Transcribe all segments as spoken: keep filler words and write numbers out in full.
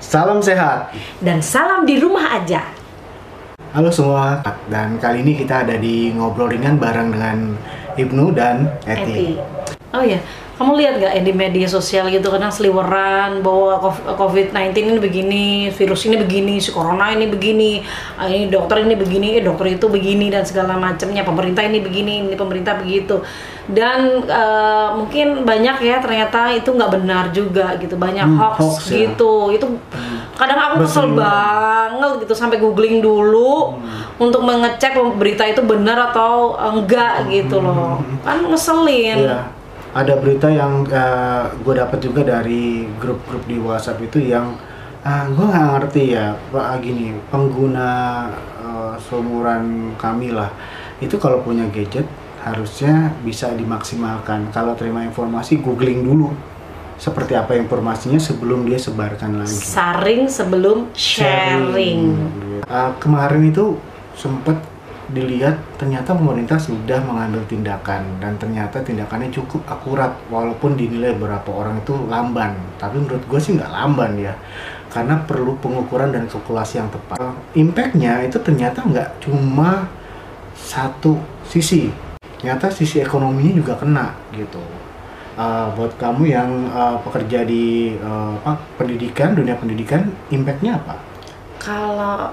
Salam sehat dan salam di rumah aja. Halo semua, dan kali ini kita ada di Ngobrol Ringan bareng dengan Ibnu dan Eti. Oh ya, kamu lihat nggak yang di media sosial gitu kadang seliweran bahwa covid sembilan belas ini begini, virus ini begini, si corona ini begini, ini dokter ini begini, eh, dokter itu begini dan segala macamnya, pemerintah ini begini, ini pemerintah begitu. Dan uh, mungkin banyak ya ternyata itu nggak benar juga gitu, banyak hmm, hoax, hoax gitu. Ya. Itu kadang aku kesel banget gitu sampai googling dulu hmm. untuk mengecek berita itu benar atau enggak gitu loh. Kan ngeselin. Iya. Ada berita yang uh, gue dapat juga dari grup-grup di WhatsApp itu yang uh, gue nggak ngerti ya, Pak, gini, pengguna uh, seumuran kami lah itu kalau punya gadget harusnya bisa dimaksimalkan. Kalau terima informasi, googling dulu seperti apa informasinya sebelum dia sebarkan lagi. Saring sebelum sharing. sharing. Uh, kemarin itu sempat dilihat ternyata pemerintah sudah mengambil tindakan dan ternyata tindakannya cukup akurat walaupun dinilai beberapa orang itu lamban, tapi menurut gue sih nggak lamban ya, karena perlu pengukuran dan kalkulasi yang tepat. Impactnya itu ternyata nggak cuma satu sisi, ternyata sisi ekonominya juga kena gitu. Uh, buat kamu yang uh, pekerja di uh, apa, pendidikan, dunia pendidikan, impactnya apa? Kalau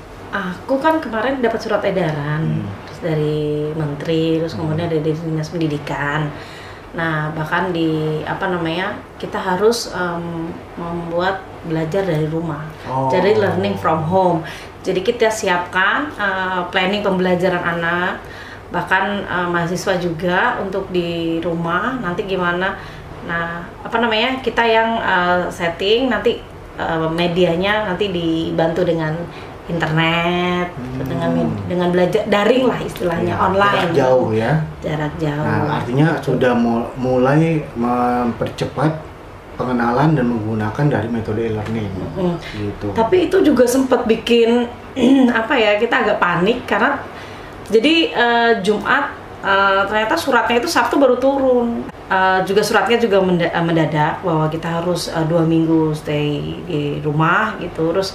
aku kan kemarin dapat surat edaran hmm. terus dari menteri, terus kemudian dari dinas pendidikan. Nah bahkan di apa namanya kita harus um, membuat belajar dari rumah, oh. jadi learning from home. Jadi kita siapkan uh, planning pembelajaran anak, bahkan uh, mahasiswa juga untuk di rumah nanti gimana. Nah apa namanya kita yang uh, setting nanti uh, medianya nanti dibantu dengan internet, hmm. dengan dengan belajar daring lah istilahnya, ya, online. Jarak jauh ya. Jarak jauh. Nah, artinya sudah mulai mempercepat pengenalan dan menggunakan dari metode e-learning. Hmm. Gitu. Tapi itu juga sempat bikin apa ya, kita agak panik karena jadi uh, Jumat uh, ternyata suratnya itu Sabtu baru turun. Uh, juga suratnya juga mendadak bahwa kita harus uh, dua minggu stay di rumah gitu. Terus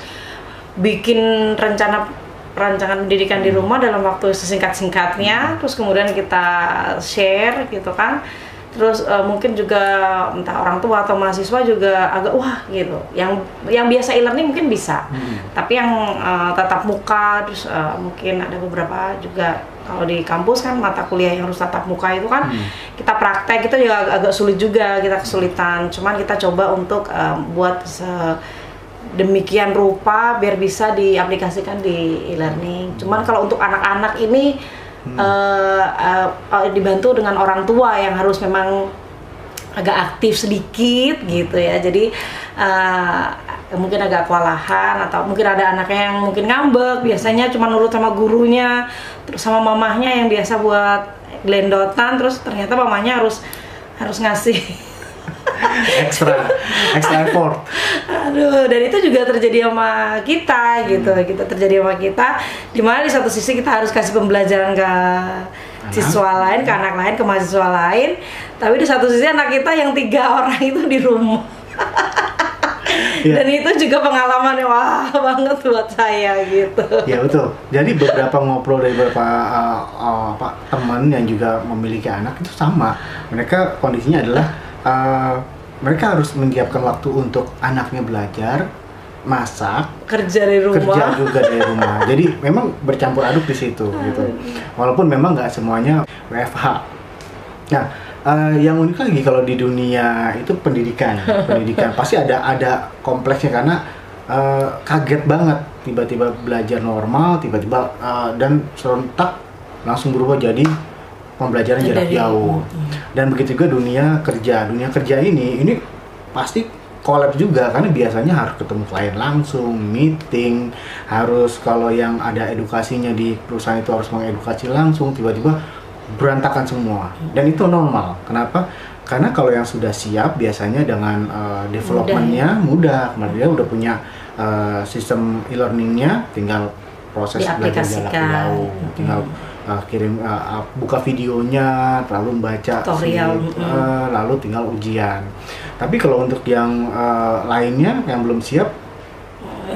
bikin rencana rancangan pendidikan di rumah dalam waktu sesingkat-singkatnya, terus kemudian kita share gitu kan, terus uh, mungkin juga entah orang tua atau mahasiswa juga agak wah gitu, yang yang biasa e-learning mungkin bisa, hmm. tapi yang uh, tatap muka, terus uh, mungkin ada beberapa juga kalau di kampus kan mata kuliah yang harus tatap muka itu kan hmm. kita praktek itu ya agak, agak sulit juga, kita kesulitan, cuman kita coba untuk uh, buat se demikian rupa biar bisa diaplikasikan di e-learning. Cuman kalau untuk anak-anak ini hmm. uh, uh, uh, dibantu dengan orang tua yang harus memang agak aktif sedikit gitu ya. Jadi uh, mungkin agak kewalahan atau mungkin ada anaknya yang mungkin ngambek, biasanya cuma nurut sama gurunya, terus sama mamahnya yang biasa buat gelendotan, terus ternyata mamahnya harus harus ngasih ekstra ekstra effort. Aduh, dan itu juga terjadi sama kita gitu, hmm. kita terjadi sama kita. Dimana di satu sisi kita harus kasih pembelajaran ke anak. Siswa lain, ke anak lain, ke mahasiswa lain. Tapi di satu sisi anak kita yang tiga orang itu di rumah. Ya. Dan itu juga pengalaman yang wah banget buat saya gitu. Ya betul. Jadi beberapa ngobrol dari beberapa uh, uh, apa, teman yang juga memiliki anak itu sama. Mereka kondisinya adalah Uh, mereka harus menyiapkan waktu untuk anaknya belajar, masak, kerja dari rumah, kerja juga dari rumah. Jadi memang bercampur aduk di situ, gitu. Walaupun memang nggak semuanya W F H. Nah, uh, yang unik lagi kalau di dunia itu pendidikan, pendidikan pasti ada ada kompleksnya karena uh, kaget banget tiba-tiba belajar normal, tiba-tiba uh, dan serentak langsung berubah jadi pembelajaran jarak jauh. Dan begitu juga dunia kerja. Dunia kerja ini ini pasti collab juga karena biasanya harus ketemu klien langsung, meeting, harus kalau yang ada edukasinya di perusahaan itu harus mengedukasi langsung, tiba-tiba berantakan semua. Dan itu normal. Kenapa? Karena kalau yang sudah siap biasanya dengan uh, development-nya mudah. mudah. Dia udah punya uh, sistem e-learning-nya, tinggal proses belajar jarak jauh, tinggal uh, kirim uh, buka videonya, lalu membaca tutorial, si, uh, lalu tinggal ujian. Tapi kalau untuk yang uh, lainnya yang belum siap,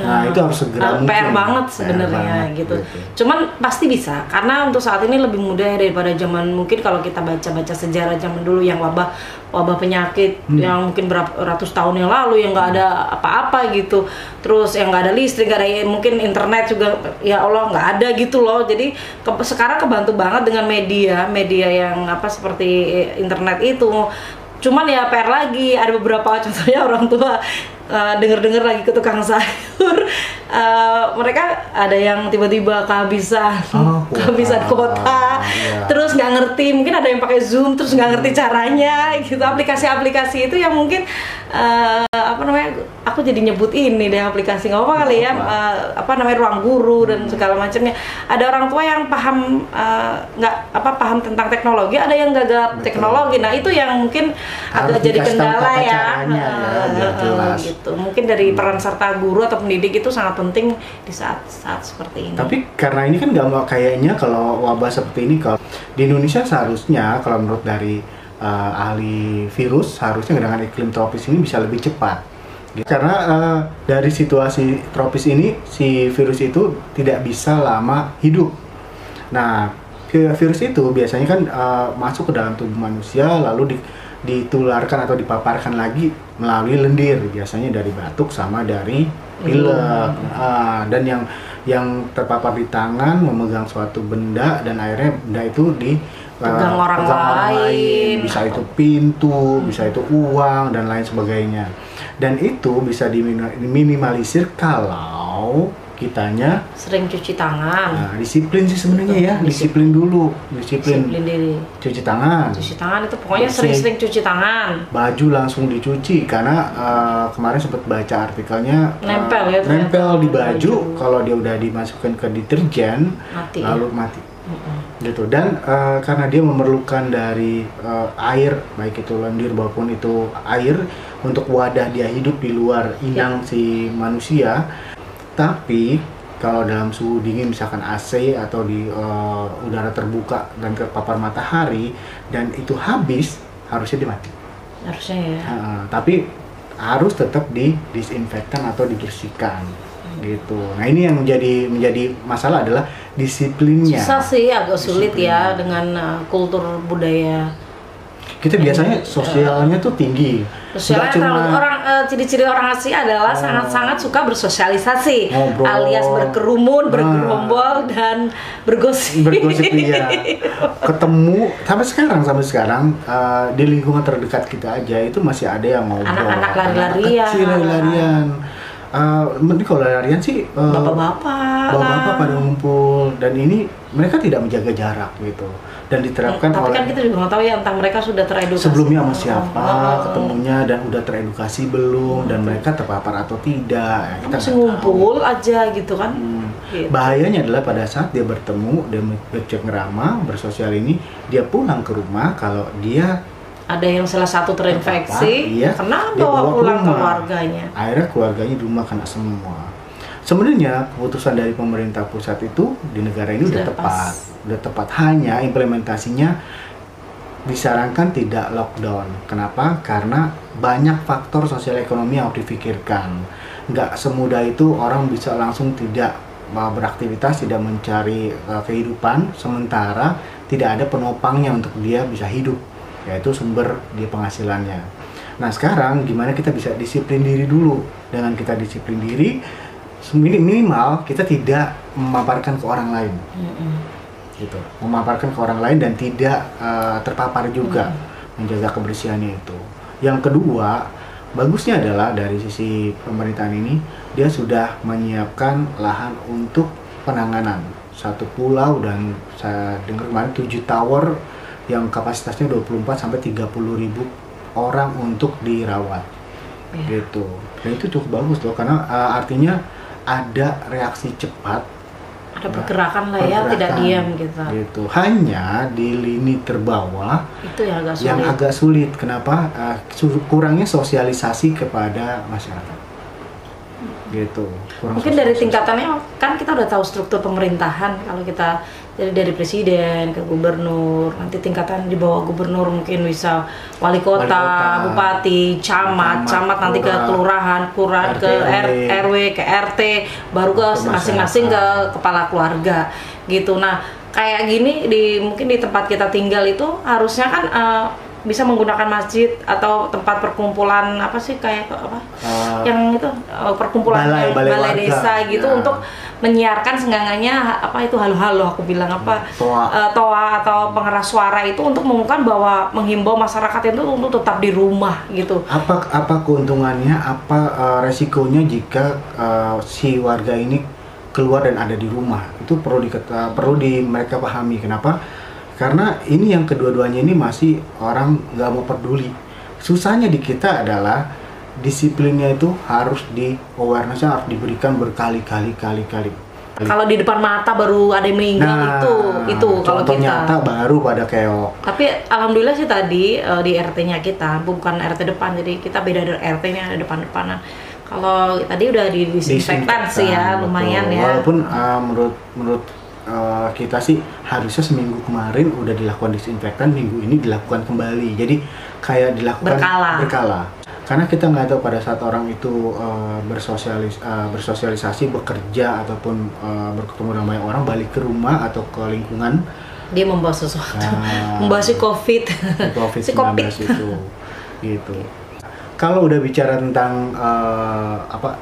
Nah, itu harus segera uh, P R mungkin. banget P R sebenarnya banget, gitu. gitu. Cuman pasti bisa karena untuk saat ini lebih mudah daripada zaman mungkin kalau kita baca-baca sejarah zaman dulu yang wabah wabah penyakit hmm. yang mungkin berapa ratus tahun yang lalu yang nggak ada apa-apa gitu. Terus yang nggak ada listrik, nggak ada mungkin internet juga ya Allah nggak ada gitu loh. Jadi ke, sekarang kebantu banget dengan media, media yang apa seperti internet itu. Cuman ya P R lagi, ada beberapa contohnya orang tua uh, denger-denger lagi ke tukang sayur, uh, mereka ada yang tiba-tiba kehabisan, oh, kehabisan kuota, ya. Terus nggak ngerti, mungkin ada yang pakai Zoom terus nggak ngerti caranya, gitu. Aplikasi-aplikasi itu yang mungkin uh, apa namanya, aku jadi nyebut ini deh aplikasi nggak apa kali ya, uh, apa namanya ruang guru dan segala macamnya. Ada orang tua yang paham nggak uh, apa paham tentang teknologi, ada yang gagap teknologi. Nah itu yang mungkin harus agak jadi kendala ya, caranya, uh, ya jelas. gitu. Mungkin dari peran serta guru atau pendidik itu sangat penting di saat-saat seperti ini. Tapi karena ini kan nggak mau kayaknya kalau wabah seperti ini, kalau di Indonesia seharusnya kalau menurut dari uh, ahli virus harusnya dengan iklim tropis ini bisa lebih cepat. Karena uh, dari situasi tropis ini si virus itu tidak bisa lama hidup. Nah virus itu biasanya kan uh, masuk ke dalam tubuh manusia lalu di ditularkan atau dipaparkan lagi melalui lendir, biasanya dari batuk sama dari pilek. Hmm. Uh, dan yang yang terpapar di tangan memegang suatu benda dan akhirnya benda itu di uh, pegang orang, pegang orang lain. lain, bisa itu pintu, hmm. bisa itu uang dan lain sebagainya. Dan itu bisa diminimalisir kalau kitanya sering cuci tangan. Nah, disiplin sih sebenarnya ya, disiplin, disiplin dulu, disiplin. Disiplin diri. Cuci tangan. Cuci tangan itu pokoknya sering-sering cuci tangan. Baju langsung dicuci karena uh, kemarin sempat baca artikelnya nempel uh, ya. Nempel di baju, baju. Kalau dia udah dimasukkan ke deterjen mati, lalu ya? mati. Mm-hmm. Gitu. Dan uh, karena dia memerlukan dari uh, air, baik itu lendir maupun itu air untuk wadah dia hidup di luar inang ya. Si manusia. Tapi kalau dalam suhu dingin misalkan A C atau di uh, udara terbuka dan terpapar matahari dan itu habis, harusnya dia mati. Harusnya ya. Uh, tapi harus tetap di disinfektan atau dibersihkan. Hmm. Gitu. Nah ini yang menjadi menjadi masalah adalah disiplinnya. Susah sih, agak sulit ya dengan uh, kultur budaya. Kita biasanya sosialnya tuh tinggi. Sosialnya cuma terlalu orang uh, ciri-ciri orang Asia adalah oh. sangat-sangat suka bersosialisasi, ngobrol, alias berkerumun, bergerombol nah. dan bergosip. Bergosip iya. Ketemu sampai sekarang sampai sekarang uh, di lingkungan terdekat kita aja itu masih ada yang ngobrol. Anak-anak lari-larian. Anak kecil lari-larian. Uh, mending kalau larian sih uh, bapak-bapak bapak-bapak pada ngumpul dan ini mereka tidak menjaga jarak gitu dan diterapkan eh, tapi oleh kan kita juga nggak tahu ya entah mereka sudah teredukasi sebelumnya sama siapa oh. ketemunya dan udah teredukasi belum hmm. dan mereka terpapar atau tidak ya, kita masih ngumpul tahu. Aja gitu kan hmm. gitu. Bahayanya adalah pada saat dia bertemu dia bercengkrama bersosial ini dia pulang ke rumah kalau dia ada yang salah satu terinfeksi, iya, kena bawa pulang ke keluarganya. Akhirnya keluarganya di rumah kena semua. Sebenarnya keputusan dari pemerintah pusat itu di negara ini sudah tepat, udah tepat. Hanya implementasinya disarankan tidak lockdown. Kenapa? Karena banyak faktor sosial ekonomi yang harus difikirkan. Nggak semudah itu orang bisa langsung tidak beraktivitas, tidak mencari uh, kehidupan, sementara tidak ada penopangnya untuk dia bisa hidup, yaitu sumber dia penghasilannya. Nah sekarang gimana kita bisa disiplin diri dulu. Dengan kita disiplin diri, minimal kita tidak memaparkan ke orang lain, mm-hmm. gitu. Memaparkan ke orang lain dan tidak uh, terpapar juga, mm-hmm. menjaga kebersihannya itu. Yang kedua, bagusnya adalah dari sisi pemerintahan ini, dia sudah menyiapkan lahan untuk penanganan satu pulau dan saya dengar kemarin tujuh tower yang kapasitasnya dua puluh empat sampai tiga puluh ribu orang untuk dirawat, ya. Gitu. Dan itu cukup bagus loh, karena uh, artinya ada reaksi cepat, ada pergerakan lah ya, tidak diam gitu. Gitu. Hanya di lini terbawah itu yang agak sulit. Yang agak sulit. Kenapa? Uh, kurangnya sosialisasi kepada masyarakat. gitu. Kurang Mungkin dari tingkatannya kan kita udah tahu struktur pemerintahan, kalau kita jadi dari presiden ke gubernur, nanti tingkatan di bawah gubernur mungkin bisa wali kota, Wali kota, bupati, camat, camat, camat nanti ke lurah, kelurahan, kelurahan R T, ke R W, R W, ke R T, baru ke ke masing-masing ke masyarakat. kepala keluarga gitu. Nah kayak gini di mungkin di tempat kita tinggal itu harusnya kan uh, bisa menggunakan masjid atau tempat perkumpulan apa sih kayak apa Uh, yang itu uh, perkumpulan balai- yang- balai balai warga. desa gitu Ya. untuk menyiarkan seenggaknya apa itu halo-halo aku bilang apa Toa. uh, toa atau pengeras suara itu untuk mengumumkan bahwa menghimbau masyarakat itu untuk tetap di rumah gitu. apa apa keuntungannya, apa uh, resikonya jika uh, si warga ini keluar dan ada di rumah? Itu perlu di perlu di mereka pahami. Kenapa? Karena ini yang kedua-duanya ini masih orang nggak mau peduli. Susahnya di kita adalah disiplinnya itu harus di awareness-nya harus diberikan berkali-kali kali-kali. Kalau di depan mata baru ada yang meninggal Nah, itu itu kalau contoh kita. nyata baru pada keok. Tapi alhamdulillah sih tadi uh, di R T-nya kita bukan R T depan, jadi kita beda dari R T-nya ada depan-depanan. Kalau tadi udah di disinfektan sih ya, Betul. lumayan ya. Walaupun uh, menurut menurut uh, kita sih harusnya seminggu kemarin udah dilakukan disinfektan, minggu ini dilakukan kembali. Jadi kayak dilakukan Berkala. berkala. Karena kita nggak tahu pada saat orang itu uh, bersosialis uh, bersosialisasi, bekerja ataupun uh, bertemu dengan banyak orang, balik ke rumah atau ke lingkungan, Dia membawa sesuatu, Nah. membawa si COVID, covid si sembilan COVID. belas itu gitu. Kalau udah bicara tentang uh, apa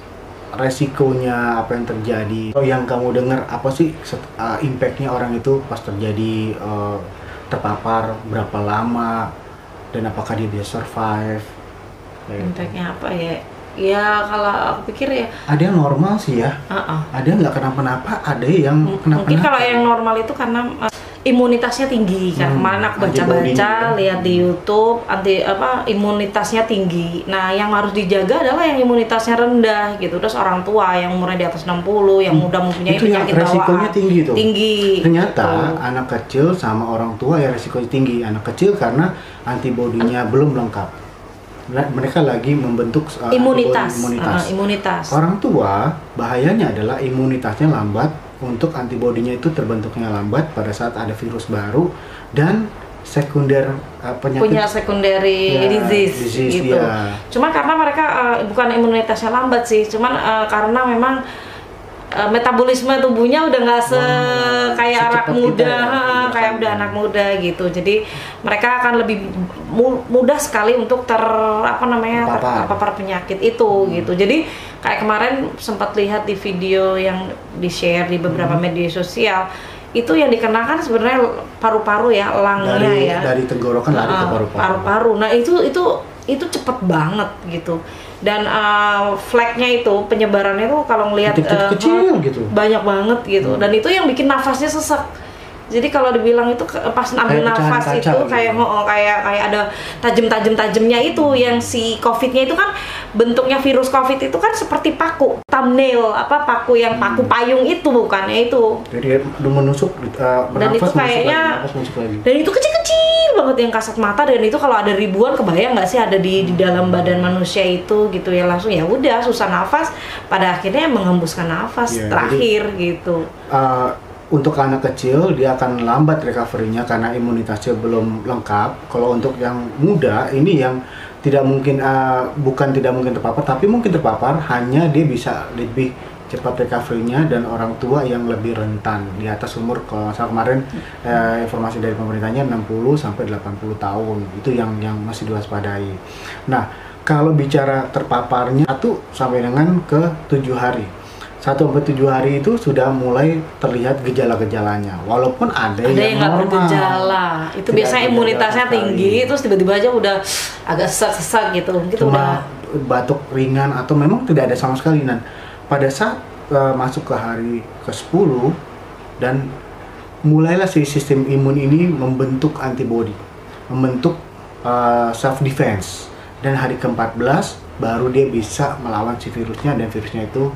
resikonya, apa yang terjadi, atau yang kamu dengar apa sih set- uh, impactnya orang itu pas terjadi uh, terpapar, berapa lama, dan apakah dia bisa survive? Kayak gitu. Impactnya apa ya? Ya kalau aku pikir ya, Ada yang normal sih ya, uh-uh. ada yang nggak kenapa-napa, ada yang M- kenapa-napa. mungkin kalau yang normal itu karena uh, imunitasnya tinggi. Kan Hmm, kemarin aku antibody-nya baca-baca, ya. lihat di YouTube, anti apa imunitasnya tinggi. Nah yang harus dijaga adalah yang imunitasnya rendah gitu. Terus orang tua yang umurnya di atas enam puluh, yang Hmm, mudah mempunyai itu yang penyakit resikonya bawaan. tinggi tuh. Tinggi. Ternyata gitu. anak kecil sama orang tua ya resikonya tinggi. Anak kecil karena antibodinya belum lengkap. Nah, mereka lagi membentuk uh, Imunitas. antibodi imunitas. Uh, imunitas. Orang tua bahayanya adalah imunitasnya lambat, untuk antibodinya itu terbentuknya lambat pada saat ada virus baru dan sekunder uh, penyakit Punya secondary Ya, disease, disease, gitu. ya. Cuma karena mereka uh, bukan imunitasnya lambat sih, cuman uh, karena memang uh, metabolisme tubuhnya udah nggak se Wah, kayak anak secepat muda, kita ya, ha, biasanya. kayak udah anak muda gitu. Jadi mereka akan lebih mu- mudah sekali untuk ter apa namanya ter- Terpapar. terpapar penyakit itu gitu. Jadi kayak kemarin sempat lihat di video yang di share di beberapa Hmm. media sosial, itu yang dikenakan sebenarnya paru-paru ya, elangnya dari ya. dari tenggorokan lari ke Ah, paru-paru. paru-paru. Nah itu itu itu cepet banget gitu. Dan uh, flagnya itu penyebarannya tuh kalau ngelihat Titik-titik uh, kecil gitu. banyak banget gitu. Hmm. Dan itu yang bikin nafasnya sesek. Jadi kalau dibilang itu ke- pas ambil Kayak pecahan nafas kaca itu gitu. kayak oh, oh, kayak kayak ada tajem-tajem-tajemnya itu, yang si COVID-nya itu kan bentuknya virus COVID itu kan seperti paku, thumbnail apa paku yang paku payung itu bukan ya itu. Jadi udah menusuk, uh, Dan bernafas, itu menusuk kayaknya lagi, nafas, menusuk lagi. dan itu kecil-kecil banget yang kasat mata, dan itu kalau ada ribuan kebayang nggak sih ada di di dalam badan manusia itu gitu ya, langsung ya udah susah nafas, pada akhirnya menghembuskan nafas Ya, terakhir gitu. Uh, untuk anak kecil dia akan lambat recovery-nya karena imunitasnya belum lengkap. Kalau untuk yang muda ini yang tidak mungkin uh, bukan tidak mungkin terpapar, tapi mungkin terpapar, hanya dia bisa lebih cepat recovery-nya, dan orang tua yang lebih rentan di atas umur, kalau nggak salah kemarin uh, informasi dari pemerintahnya enam puluh sampai delapan puluh tahun itu yang yang masih diwaspadai. Nah, kalau bicara terpaparnya satu sampai dengan ke tujuh hari. Satu sampai tujuh hari itu sudah mulai terlihat gejala-gejalanya. Walaupun ada, Ada yang yang nggak normal. bergejala, itu Tidak biasanya bergejala imunitasnya sama tinggi, sekali. terus tiba-tiba aja udah agak sesak-sesak gitu, gitu udah. Cuma batuk ringan atau memang tidak ada sama sekali. Dan pada saat uh, masuk ke hari ke sepuluh dan mulailah si sistem imun ini membentuk antibody, membentuk uh, self defense, dan hari ke empat belas baru dia bisa melawan si virusnya, dan virusnya itu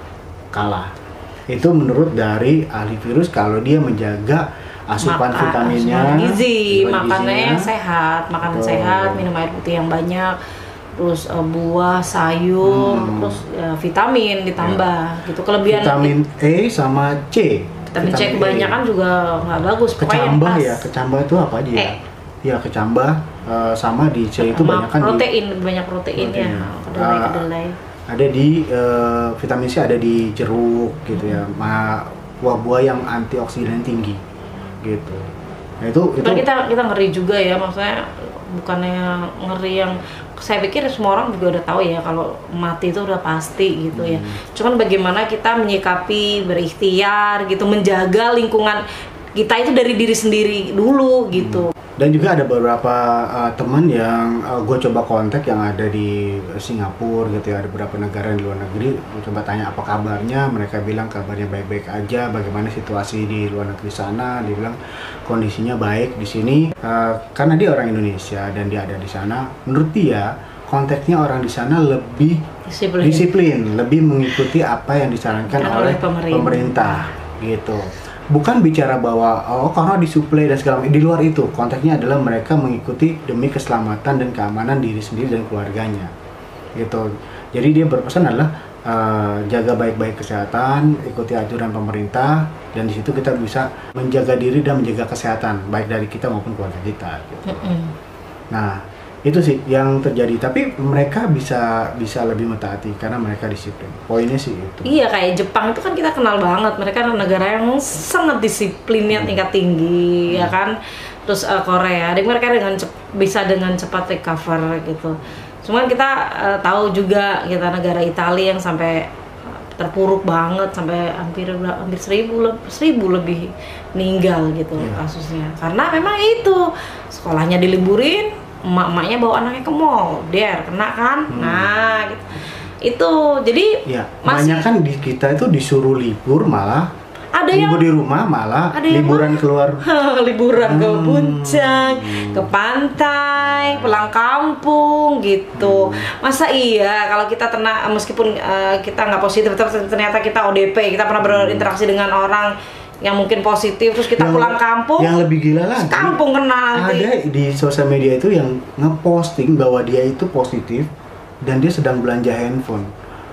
kalah. Itu menurut dari ahli virus, kalau dia menjaga asupan Maka- vitaminnya, asupan gizi, asupan makannya gizinya. yang sehat, makanan Betul. sehat, minum air putih yang banyak. terus uh, buah, sayur, Hmm. terus uh, vitamin ditambah gitu. Kelebihan Vitamin E sama C. vitamin C kebanyakan E. juga nggak bagus. Pokoknya yang Kecambah pas. ya, kecambah itu apa aja ya? E. Ya kecambah uh, sama di C itu Sama banyak kan protein, lebih banyak proteinnya. Protein. Kedelai, Ah, kedelai. ada di uh, vitamin C ada di jeruk gitu ya, ma buah-buah yang antioksidan tinggi gitu. Nah itu itu Tapi kita kita ngeri juga ya, maksudnya bukannya ngeri yang saya pikir semua orang juga udah tahu ya kalau mati itu udah pasti gitu ya. Hmm. Cuman bagaimana kita menyikapi, berikhtiar gitu, menjaga lingkungan kita itu dari diri sendiri dulu gitu. Dan juga ada beberapa uh, teman yang uh, gue coba kontak yang ada di Singapura gitu ya, ada beberapa negara di luar negeri. Gue coba tanya apa kabarnya, mereka bilang kabarnya baik-baik aja. Bagaimana situasi di luar negeri sana? Dia bilang kondisinya baik di sini. Uh, karena dia orang Indonesia dan dia ada di sana. Menurut dia konteksnya orang di sana lebih Disiplin. disiplin, lebih mengikuti apa yang disarankan Dan oleh oleh pemerintah. pemerintah gitu. Bukan bicara bahwa oh karena disuplai dan segala macam. Di luar itu konteksnya adalah mereka mengikuti demi keselamatan dan keamanan diri sendiri dan keluarganya gitu. Jadi dia berpesan adalah uh, jaga baik-baik kesehatan, ikuti aturan pemerintah, dan di situ kita bisa menjaga diri dan menjaga kesehatan baik dari kita maupun keluarga kita gitu. Mm-mm. Nah itu sih yang terjadi, tapi mereka bisa bisa lebih mentaati karena mereka disiplin. Poinnya sih itu. Iya, kayak Jepang itu kan kita kenal banget, mereka negara yang sangat disiplinnya tingkat tinggi ya kan. Terus uh, Korea, dan mereka dengan cep- bisa dengan cepat recover gitu. Cuman kita uh, tahu juga kita negara Italia yang sampai terpuruk banget, sampai hampir hampir seribu lebih, seribu lebih meninggal gitu Iya. kasusnya. Karena memang itu sekolahnya diliburin, emak-emaknya bawa anaknya ke mall, der kena kan. Hmm. Nah gitu. Itu jadi Ya, masih banyak kan di kita itu disuruh libur malah ada yang libur di rumah malah ada yang liburan keluar. liburan ke Hmm. puncak, ke pantai, pulang kampung gitu. Hmm. Masa iya kalau kita terna meskipun uh, kita nggak positif, tapi ternyata kita O D P, kita pernah berinteraksi dengan orang yang mungkin positif, terus kita Yang- pulang kampung, Yang lebih gila lagi, kampung kena nanti. ada di sosial media itu yang ngeposting bahwa dia itu positif dan dia sedang belanja handphone.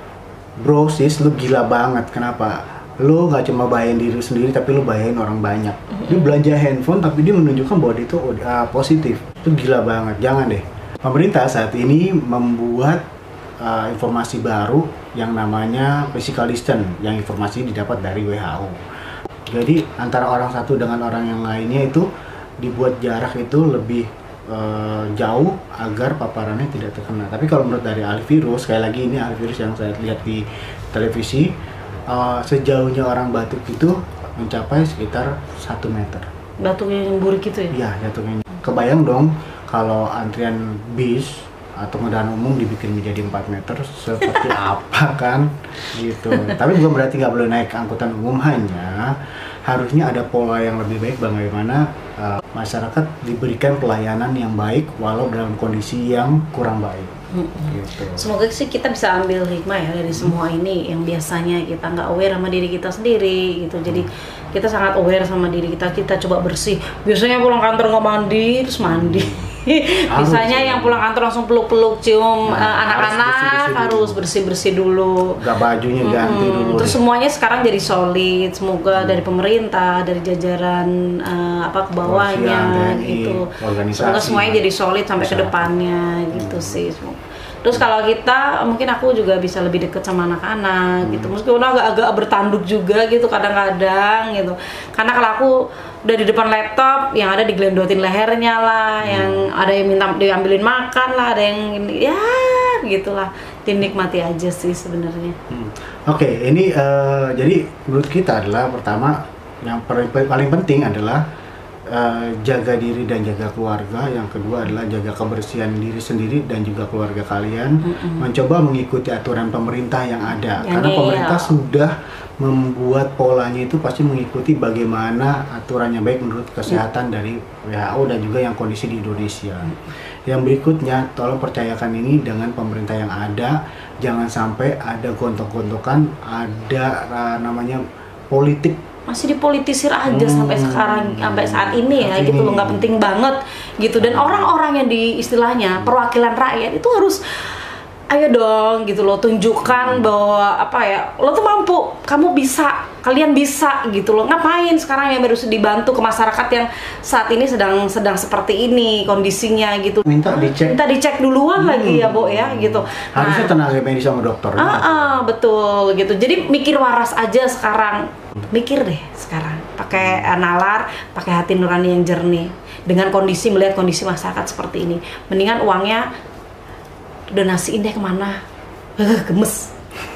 Bro sis, lu gila banget. Kenapa? Lu nggak cuma bahayain diri sendiri tapi lu bahayain orang banyak. Dia belanja handphone tapi dia menunjukkan bahwa dia itu uh, positif. Itu gila banget. Jangan deh. Pemerintah saat ini membuat uh, informasi baru yang namanya physical distance, yang informasi didapat dari W H O. Jadi antara orang satu dengan orang yang lainnya itu dibuat jarak itu lebih uh, jauh agar paparannya tidak terkena. Tapi kalau menurut dari ahli virus, sekali lagi ini ahli virus yang saya lihat di televisi, uh, sejauhnya orang batuk itu mencapai sekitar satu meter. Batuknya nyembur gitu ya? Iya, jatuhnya. Kebayang dong kalau antrian bis atau kendaraan umum dibikin menjadi empat meter seperti apa kan gitu. Tapi bukan berarti nggak boleh naik angkutan umum, hanya harusnya ada pola yang lebih baik bagaimana uh, masyarakat diberikan pelayanan yang baik walau dalam kondisi yang kurang baik. Gitu. Semoga sih kita bisa ambil hikmah ya dari semua ini yang biasanya kita nggak aware sama diri kita sendiri gitu. Jadi kita sangat aware sama diri kita, kita coba bersih. Biasanya pulang kantor nggak mandi, terus mandi. Biasanya Harus, yang pulang kantor langsung peluk-peluk, cium Nah, eh, anak-anak, harus harus bersih-bersih dulu. Gak bajunya ganti Mm-mm. dulu. Terus deh. semuanya sekarang jadi solid. Semoga dari pemerintah, dari jajaran eh, apa ke bawahnya Kepolisian, T N I, gitu. organisasi. Semoga semuanya jadi solid sampai ke Masyarakat. depannya gitu sih. Terus kalau kita, mungkin aku juga bisa lebih deket sama anak-anak gitu. Meskipun agak-agak bertanduk juga gitu kadang-kadang gitu. Karena kalau aku udah di depan laptop, yang ada digelendotin lehernya lah, yang ada yang minta diambilin makan lah, ada yang ini, ya gitulah. Dinikmati aja sih sebenarnya. Hmm. Oke, ini eh, jadi menurut kita adalah pertama yang per- paling penting adalah eh, jaga diri dan jaga keluarga. Yang kedua adalah jaga kebersihan diri sendiri dan juga keluarga kalian. Mm-mm. Mencoba mengikuti aturan pemerintah yang ada. Yang Karena iya. pemerintah sudah membuat polanya itu pasti mengikuti bagaimana aturannya baik menurut kesehatan dari W H O dan juga yang kondisi di Indonesia. Yang berikutnya, tolong percayakan ini dengan pemerintah yang ada. Jangan sampai ada gontok-gontokan, ada uh, namanya politik masih dipolitisir aja Hmm. sampai sekarang, sampai saat ini ya, Saat gitu ini. loh, nggak penting banget gitu. Dan orang-orang yang di istilahnya perwakilan rakyat itu harus, ayo dong gitu loh, tunjukkan bahwa apa ya, lo tuh mampu, kamu bisa, kalian bisa gitu loh. Ngapain sekarang yang harus dibantu ke masyarakat yang saat ini sedang sedang seperti ini kondisinya gitu. Minta dicek. Minta dicek duluan Hmm. lagi ya, Bo ya gitu. Harusnya Nah, tenaga medis sama dokter. ah, ah, betul gitu. Jadi mikir waras aja sekarang. Mikir deh sekarang. Pakai uh, nalar, pakai hati nurani yang jernih. Dengan kondisi, melihat kondisi masyarakat seperti ini. Mendingan uangnya donasiin deh kemana. Eh, gemes.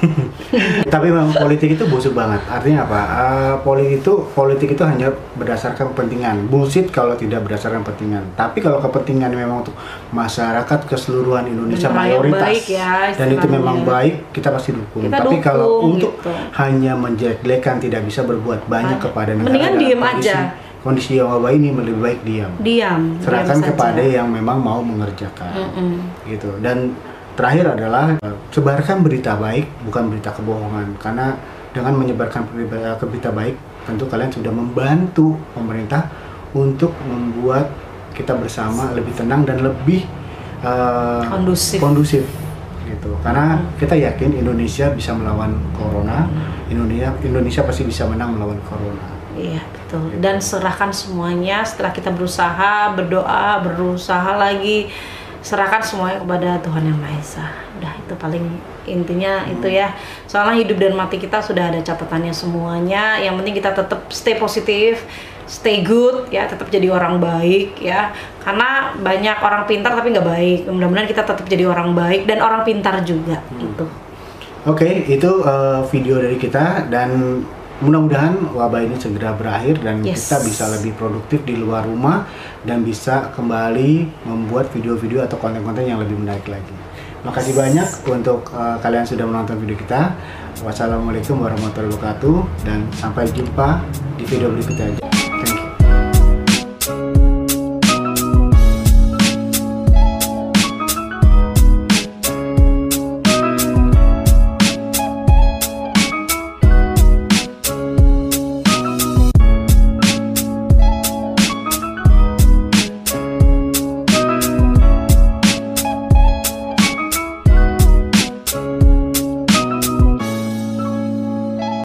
Tapi memang politik itu busuk banget. Artinya apa? Uh, politik itu politik itu hanya berdasarkan kepentingan. Bullshit kalau tidak berdasarkan kepentingan. Tapi kalau kepentingan memang untuk masyarakat keseluruhan Indonesia Benar, yang mayoritas baik ya, dan itu istilahnya. memang baik, kita pasti dukung. Kita Tapi dukung, kalau untuk gitu. hanya menjelekkan, tidak bisa berbuat banyak Banyak. kepada negara. Mendingan dalam diem kondisi- aja. Kondisi yang wabah ini lebih baik diam. Diam. Serahkan diam kepada saja. yang memang mau mengerjakan. Mm-mm. Gitu. Dan terakhir adalah uh, sebarkan berita baik, bukan berita kebohongan. Karena dengan menyebarkan berita, berita baik, tentu kalian sudah membantu pemerintah untuk membuat kita bersama lebih tenang dan lebih uh, Kondusif. kondusif. Gitu. Karena kita yakin Indonesia bisa melawan corona. Indonesia Indonesia pasti bisa menang melawan corona. Iya betul. Dan serahkan semuanya setelah kita berusaha, berdoa, berusaha lagi, serahkan semuanya kepada Tuhan Yang Maha Esa. Udah itu paling intinya itu ya. Soalnya hidup dan mati kita sudah ada catatannya semuanya. Yang penting kita tetap stay positif, stay good ya, tetap jadi orang baik ya. Karena banyak orang pintar tapi nggak baik. Mudah-mudahan kita tetap jadi orang baik dan orang pintar juga. Itu. Oke, itu uh, video dari kita dan mudah-mudahan wabah ini segera berakhir dan Yes. kita bisa lebih produktif di luar rumah dan bisa kembali membuat video-video atau konten-konten yang lebih menarik lagi. Makasih banyak untuk uh, kalian sudah menonton video kita. Wassalamualaikum warahmatullahi wabarakatuh dan sampai jumpa di video berikutnya.